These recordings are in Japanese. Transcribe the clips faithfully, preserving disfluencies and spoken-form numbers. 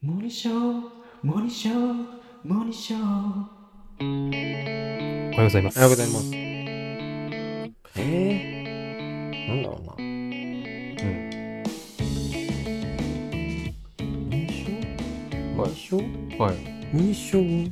モニショー、モニショー、モニショー。おはようございます。 おはようございます。えー、なんだろうな。うん。認証認証はい。 認証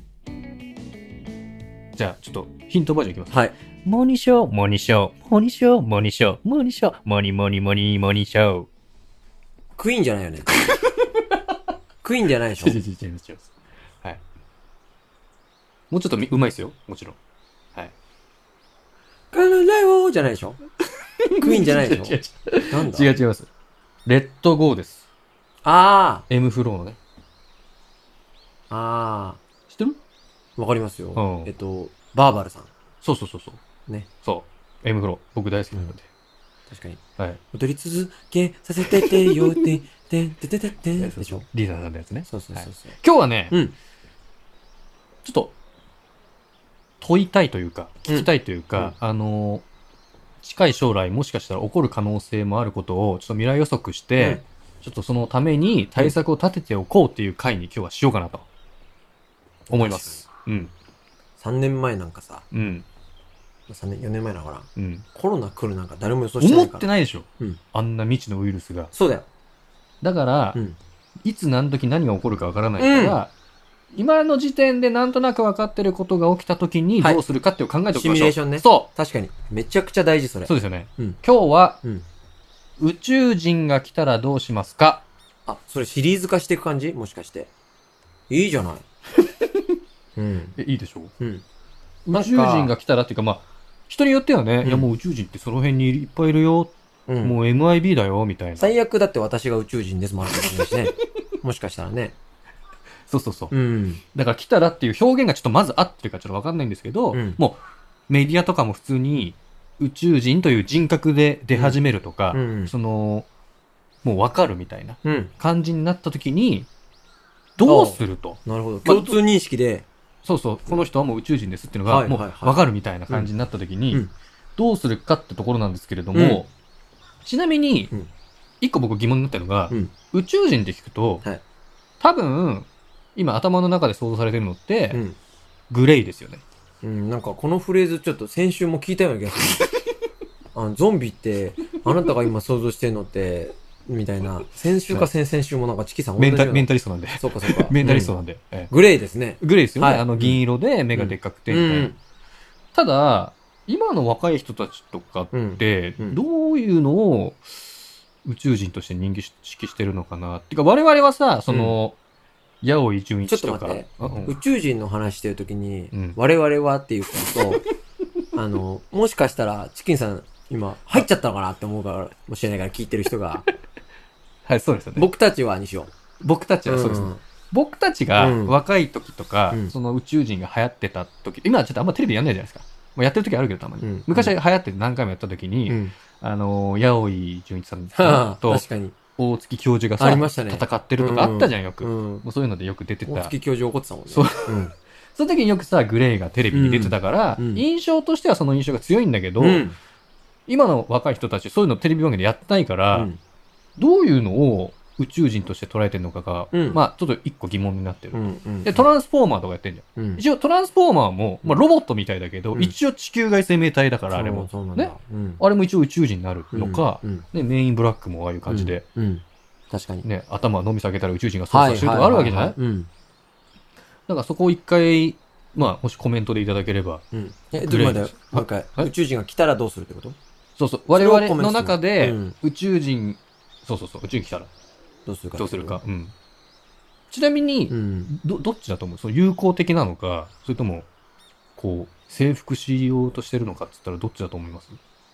じゃあ、ちょっとヒントバージョンいきます。 はい。 モニショー、モニショー、モニショー、モニショー、モニショー、モニモニモニモニショー。 クイーンじゃないよね。クイーンじゃないでしょ。 違う違う違う違います。はい。もうちょっとみうまいですよ。もちろん。はい。 カララヨじゃないでしょ。クイーンじゃないでしょ。 違う違うなんだ違う違います。レッドゴーです。 あ M フローのね。 ー。あ知ってる？ ー。わかりますよ。 うんえっと、バーバルさん。 そうそうそうそう。 ね。 そう。M フロー。僕大好きなので。 確かに。 はい。 踊り続けさせててよて、てんててててんでしょ。 リーダーさんのやつね。 そうそうそうそう。 今日はね、 うん。 ちょっと問いたいというか、聞きたいというか、 うんあのー近い将来もしかしたら起こる可能性もあることをちょっと未来予測して、 うんちょっとそのために対策を立てておこうっていう回に今日はしようかなと思います。うん。 さんねんまえなんかさ、 うん。 さんねん、よねんまえなのかな。 うん。 コロナ来るなんか誰も予想してな思っいから。 てないでしょ。 うん。 あんな未知のウイルスが。 そうだよ。 だから、 うん。 いつ何時何が起こるかわからないから、今の時点でなんとなく分かってることが起きた時にはいどうするかっていう考えておきましょう。 シミュレーションねそ確かに。めちゃくちゃ大事、それ。 う。そうですよね。 うん。 今日はうん。 宇宙人が来たらどうしますか？ あ、それシリーズ化していく感じもしかして。いいじゃない。うん。 え、いいでしょう？ うん。 宇宙人が来たらっていうか、まあ、人によってはね、 うんいやもう宇宙人ってその辺にいっぱいいるよ、 うん。 もう エムアイビー だよ、みたいな。 最悪だって私が宇宙人ですもあるかもしれないしね。もしかしたらね。 そうそうそう。 うん。 だから来たらっていう表現がちょっとまず合ってるかちょっとわかんないんですけど、 うんもうメディアとかも普通に宇宙人という人格で出始めるとか、 うんその、もうわかるみたいなうん。 感じになった時に、どうすると。 なるほど。 まあ共通認識で、 そうそう、この人はもう宇宙人ですっていうのが、もはいはいはいうわかるみたいな感じになった時に、 うん。 どうするかってところなんですけれども、ちなみにうん、 一個僕疑問になったのが、 うん。 宇宙人って聞くと、 はい多分、今頭の中で想像されてるのって、 うん。 グレイですよね。 うん。なんかこのフレーズちょっと先週も聞いたような気がする。あの、ゾンビって、あなたが今想像してるのって、みたいな。先週か先々週もなんかチキさんメンタメンタタリストなんで。 そうかそうか。 メンタリストうなんで。ええグレーですね。 グレイですよね。 はいあの銀色で目がでっかくてみたいな。 うん。 ただ、今の若い人たちとかって、 うんどういうのを宇宙人として認識してるのかなっていうか、我々はさ、その、八尾井純ちょっ一とか。 と待って。 うんうん宇宙人の話してるときに、 うん我々はっていうことと、あの、もしかしたら、チキンさん、今、入っちゃったのかなって思うから、もしれないから聞いてる人が、 はい、そうですよね。 僕たちはにしよ僕たちう。 はそうですね。 ん僕たちがうん若い時とか、 うんその宇宙人が流行ってた時、今はちょっとあんまテレビやんないじゃないですか。もうやってる時あるけどたまに。 うん昔は流行って何回もやった時に、 うん。 あの、八尾井純一さんはあ、 と確かに。 大月教授がさ、 ありましたね戦ってるとかあったじゃん、よく。 うん。 もうそういうのでよく出てた。 大月教授怒ってたもんね。 そう。 うん。 その時によくさ、グレーがテレビに出てたから、 うんうん印象としてはその印象が強いんだけど、 うん。 今の若い人たちそういうのテレビ番組でやってないから、 うんどういうのを宇宙人として捉えてるのかが、 うんまあちょっと一個疑問になってる。 うんうん。 で、トランスフォーマーとかやってんじゃん。 うん。 一応トランスフォーマーも、まあ、ロボットみたいだけど、 うん一応地球外生命体だから、あれも。 そうなんだ。 ね。 うん。 あれも一応宇宙人になるのか、 うん。 ね、メインブラックもああいう感じで、 うん。うん。確かに。 ね、頭飲み下げたら宇宙人が操作してるとかあるわけじゃない？ うん。 だからそこを一回、まあ、もしコメントでいただければ。 うん。え、 グレー待って、もう一回。 はい宇宙人が来たらどうするってことそうそう。 それを我々 コメントするの中でうん、 宇宙人、そうそうそう、宇宙人来たらどうするか。 どうするか。。うん。ちなみにう、ん。 ど、どっちだと思う？その友好的なのか、それとも、こう、征服しようとしてるのかって言ったらどっちだと思います？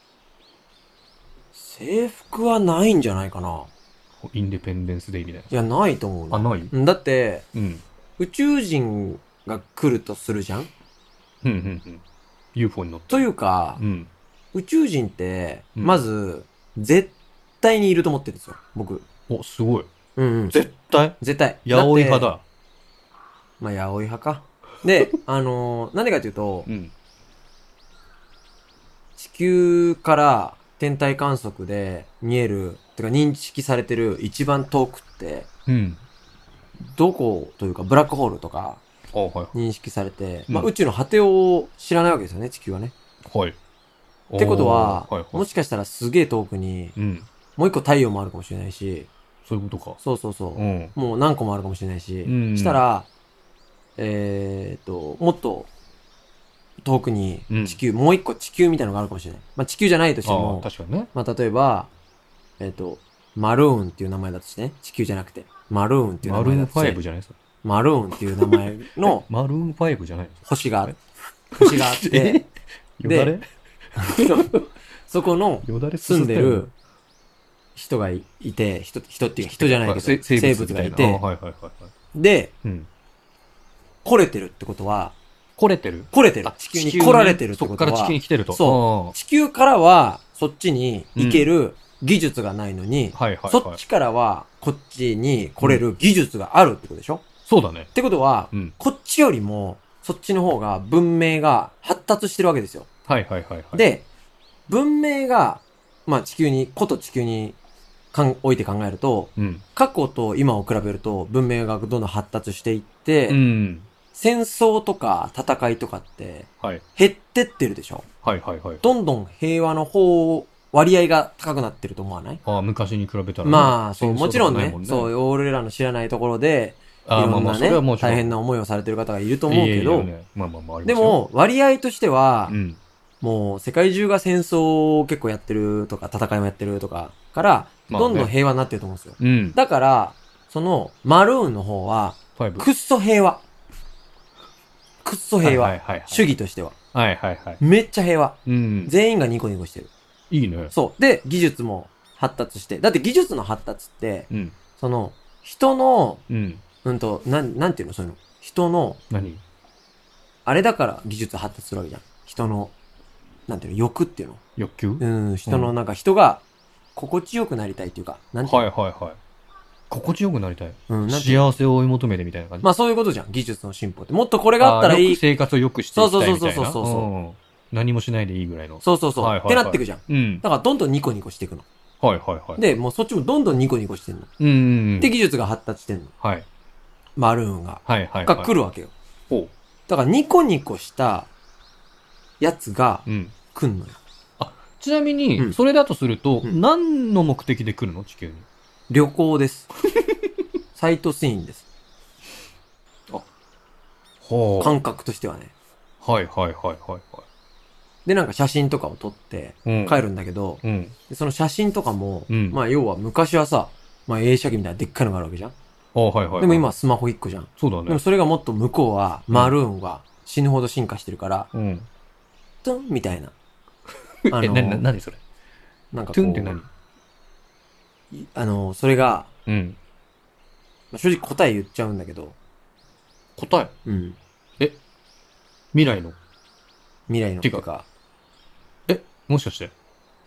制服はないんじゃないかな。 インデペンデンスデイみたいいや、ないと思うな。あ、 な。 ない？ うんだって、 うん。 宇宙人が来るとするじゃんうん、うん、うん。ユーフォー に乗って。 というかう、ん。 宇宙人って、 うんまず、絶対にいると思ってるんですよ。僕。 お、すごい。 うんうん。 絶対絶対。 八百派だって。 だ。 まあ、八百派か。で、あのーなんでかというと、 うん。 地球から天体観測で見える、てか認識されてる一番遠くって、 うん。 どこというかブラックホールとかあ、はいはい。 認識されて、 うんまあ宇宙の果てを知らないわけですよね、地球はね。 はい。 ってことは、 おーはいはい。 もしかしたらすげえ遠くに、 うん。 もう一個太陽もあるかもしれないし、 そういうことか。 そうそうそう。 うん。 もう何個もあるかもしれないし、 うんしたら、えーっと、もっと遠くにうん地球、もう一個地球みたいなのがあるかもしれない。まあ地球じゃないとしてああ、 も、 確かにね。 まあ例えば、えーっと、マルーンっていう名前だとしてね、地球じゃなくて、マルーンっていう名マルーン前だとして、 ファイブじゃないですか。 マルーンっていう名前のマルーンファイブじゃないんですか。 星が、星があって、 よだれそこのよだれ住んでる人がいて、人、人っていうか人じゃないけど、 せ生物がいて、 あはいはいはいはい。 で、 うん。 来れてるってことは、 来れてる来れてるあ。 地球に来られてるってことそっから地球には、 来てると。 そ地球からはそっちに行ける技術がないのに、 うん。はいはいはい。 そっちからはこっちに来れる技術があるってことでしょ、 そうだね。 ってことは、 うん。 こっちよりもそっちの方が文明が発達してるわけですよ。 はいはいはいはい。、 で、文明が、まあ地球に、こと地球にかん置いて考えると、 うん。 過去と今を比べると文明がどんどん発達していって、 うん。 戦争とか戦いとかってはい。 減ってってるでしょ。 はいはいはい。 どんどん平和の方、割合が高くなってると思わない？ ああ、昔に比べたらね。 まあ、そう、 戦争もちろんね、 とかないもそう、俺らの知らないところで、いああ、まあまあ、 ろんなねそれはもちろん。 大変な思いをされてる方がいると思うけど、 いやいやね、まあまあまあありますよ、 でも、割合としては、 うん。 もう世界中が戦争を結構やってるとか、戦いもやってるとかから、 まあねどんどん平和になってると思うんですよ。 うん。 だから、その、マルーンの方は、 ファイブ。 くっそ平和。くっそ平和。 はいはいはいはい主義としては。 はいはいはい。 めっちゃ平和。 うん。 全員がニコニコしてる。 いいね。 そう。で、技術も発達して。だって技術の発達って、 うん。 その、人の、 うん。 うんと、なん、なんていうのそういうの。人の、 何あれだから技術発達するわけじゃん。人の、なんていうの、欲っていうの。 欲求うん、人の、なんか人が、心地よくなりたいっていうか、なんていうの、 はいはいはい。心地よくなりたい。 うん、なんていうの幸せを追い求めてみたいな感じ。 まあそういうことじゃん。技術の進歩って。もっとこれがあったらいい。 あーよく生活を良くしていきたいみたいな。 そうそうそうそうそうそううん何もしないでいいぐらいの。 そうそうそう。 はいはいはいってなってくじゃん。 うん。 だからどんどんニコニコしていくの。 はいはいはい。 で、もうそっちもどんどんニコニコしてんの。 うんうんうん。 で、技術が発達してんの。 はい。 マルーンが。 はいはいはい。 が来るわけよ。 ほだからニコニコしたやつがう。うん。 来んのよ。 ちなみうんに、それだとすると、 うん何の目的で来るの地球に。 旅行です。サイトシーンです。 は感覚としてはね。 はいはいはいはいはい。 で、なんか写真とかを撮ってうん。 帰るんだけど、 うん。 でその写真とかも、 うんまあ要は昔はさ、まあ映写機みたいなでっかいのがあるわけじゃん。 あはいはいはい。 でも今はスマホいっこじゃん。 そうだね。 でもそれがもっと向こうは、マルーンは死ぬほど進化してるから、 うん。 トゥンみたいな。あえ、 のな、な、なにそれなんかこトゥンって何う、あの、それが、 うん。 まあ正直答え言っちゃうんだけど、 答えうん。 未来の未来のてかとか、 えもしかして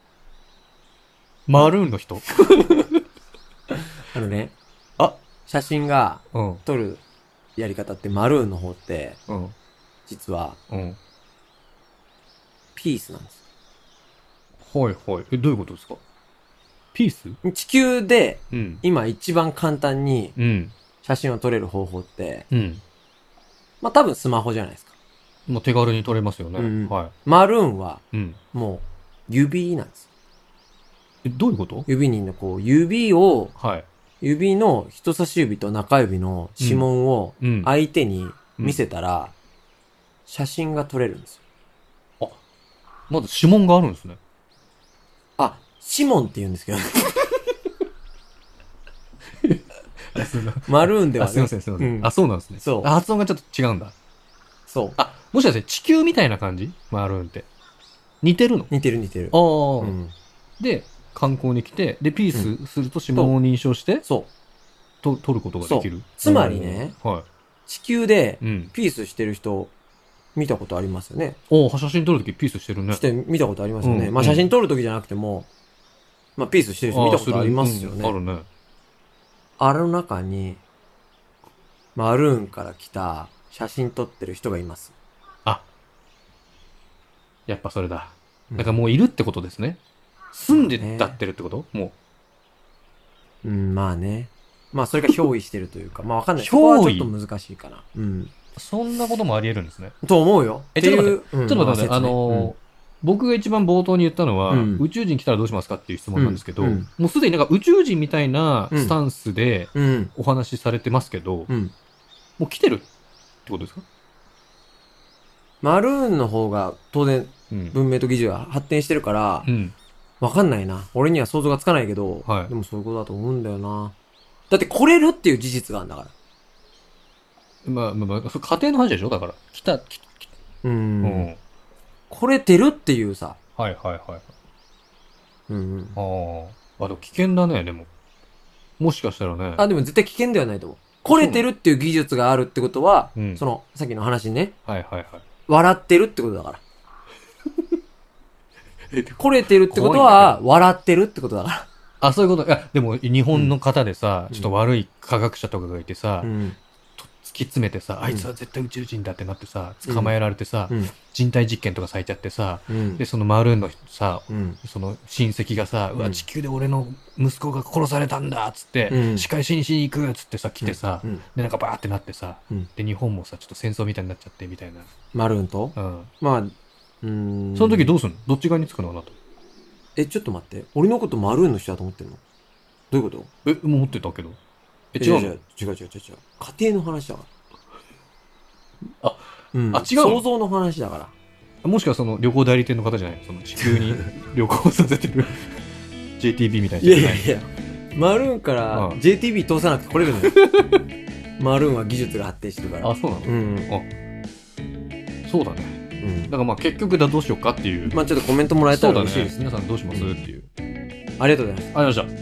マルーンの人あのね、 あ写真がうん。 撮るやり方ってマルーンの方って、 うん。 実はうん。 ピースなんですはいはい。え、どういうことですかピースよ。地球でうん。 今一番簡単にうん。 写真を撮れる方法って、 うん。 まあ多分スマホじゃないですか。 もう手軽に撮れますよね。 うんはマルーンはいうん。 もう指なんです。 え、どういうこと指にのこう、指を、 はい。 指の人差し指と中指の指紋をうん。 相手に見せたら、写真が撮れるんですよ。 まず指紋があるんですね。 あ、指紋って言うんですけど、マルーンではあ、 ね。 すいません、すいません。 うんあ、そうなんですね。 そうあ発音がちょっと違うんだ。 そう。 あ、もしかして地球みたいな感じマルーンって。似てるの似てる似てる。 ああ、 うん。 で、観光に来て、で、ピースすると指紋を認証して、 そう。 と撮ることができる。 つまりね、 うんは地球でい。うん。 ピースしてる人、見たことありますよね。 おー写真撮るときピースしてるね。 して見たことありますよね。 うんまあ写真撮るときじゃなくても、まあピースしてる人見たことありますよね。 あーするうんあるね。 あの中に、マルーンから来た写真撮ってる人がいます。 あ。やっぱそれだ。 うんだからもういるってことですね。住んでたってるってこともうん、まあね。 まあそれが憑依してるというか、まあわかんない。 憑依そこはちょっと難しいかな。うん。 そんなこともあり得るんですね。 と思うよ。 え、ちょっと待って、 ていう、 ちょっと待って、 うんあのー僕が一番冒頭に言ったのは、 うん宇宙人来たらどうしますかっていう質問なんですけど、 うんうんもうすでになんか宇宙人みたいなスタンスでうん。うん。 お話しされてますけど、 うん。 もう来てるってことですか？ マルーンの方が当然うん。 文明と技術が発展してるからう、ん。 わかんないな。俺には想像がつかないけど、 はいでもそういうことだと思うんだよな。だって来れるっていう事実があるんだから。 まあ、まあ、まあ、それ家庭の話でしょだから。来た、来うー。 うんん。 来れてるっていうさ。 はいはいはい。 うんうん。 ああ。あ、でも危険だね、でも。もしかしたらね。 あ、でも絶対危険ではないと思う。来れてるっていう技術があるってことは、 うんその、さっきの話にね、 はいはいはい。 笑ってるってことだから。 え来れてるってこと怖いんは、笑ってるってことだかあ、そういうこと。いや、でも、日本の方でさ、 うんちょっと悪い科学者とかがいてさ、 ら。うん。 と突き詰めてさ、あいつは絶対宇宙人だってなってさ、捕まえられてさ、 うん。 人体実験とかされちゃってさ、 うん。 で、そのマルーンのさ、 うん。 その親戚がさ、うわ、 うん地球で俺の息子が殺されたんだっつって、 うん仕返しにしに行くっつってさ、来てさ、 うん。 で、なんかバーってなってさ、 うん。 で、日本もさ、ちょっと戦争みたいになっちゃって、みたいな。 マルーンとうん。 まあ、うーん。 その時どうすんの？どっち側につくのあなた。 え、ちょっと待って。俺のことマルーンの人だと思ってんの？どういうこと？ え、もう持ってたけど。え、違うの？ 違う違う違う違う違う。家庭の話だから。 あ、 うん。 あ違うの想像の話だから。 もしくはその旅行代理店の方じゃないの？その地球に旅行させてる ジェイティービー みたいない人じゃないやいやいや。マルーンからうんジェイティービー 通さなくて来れるのよ。マルーンは技術が発展してるから。 あ、そうなの？ うん。 そうだね。 うんだ。からまあ結局だどうしようかっていう。 まあちょっとコメントもらえたそうだねら嬉しいです。。 皆さんどうしますっていう。 ありがとうございます。 ありがとうございました。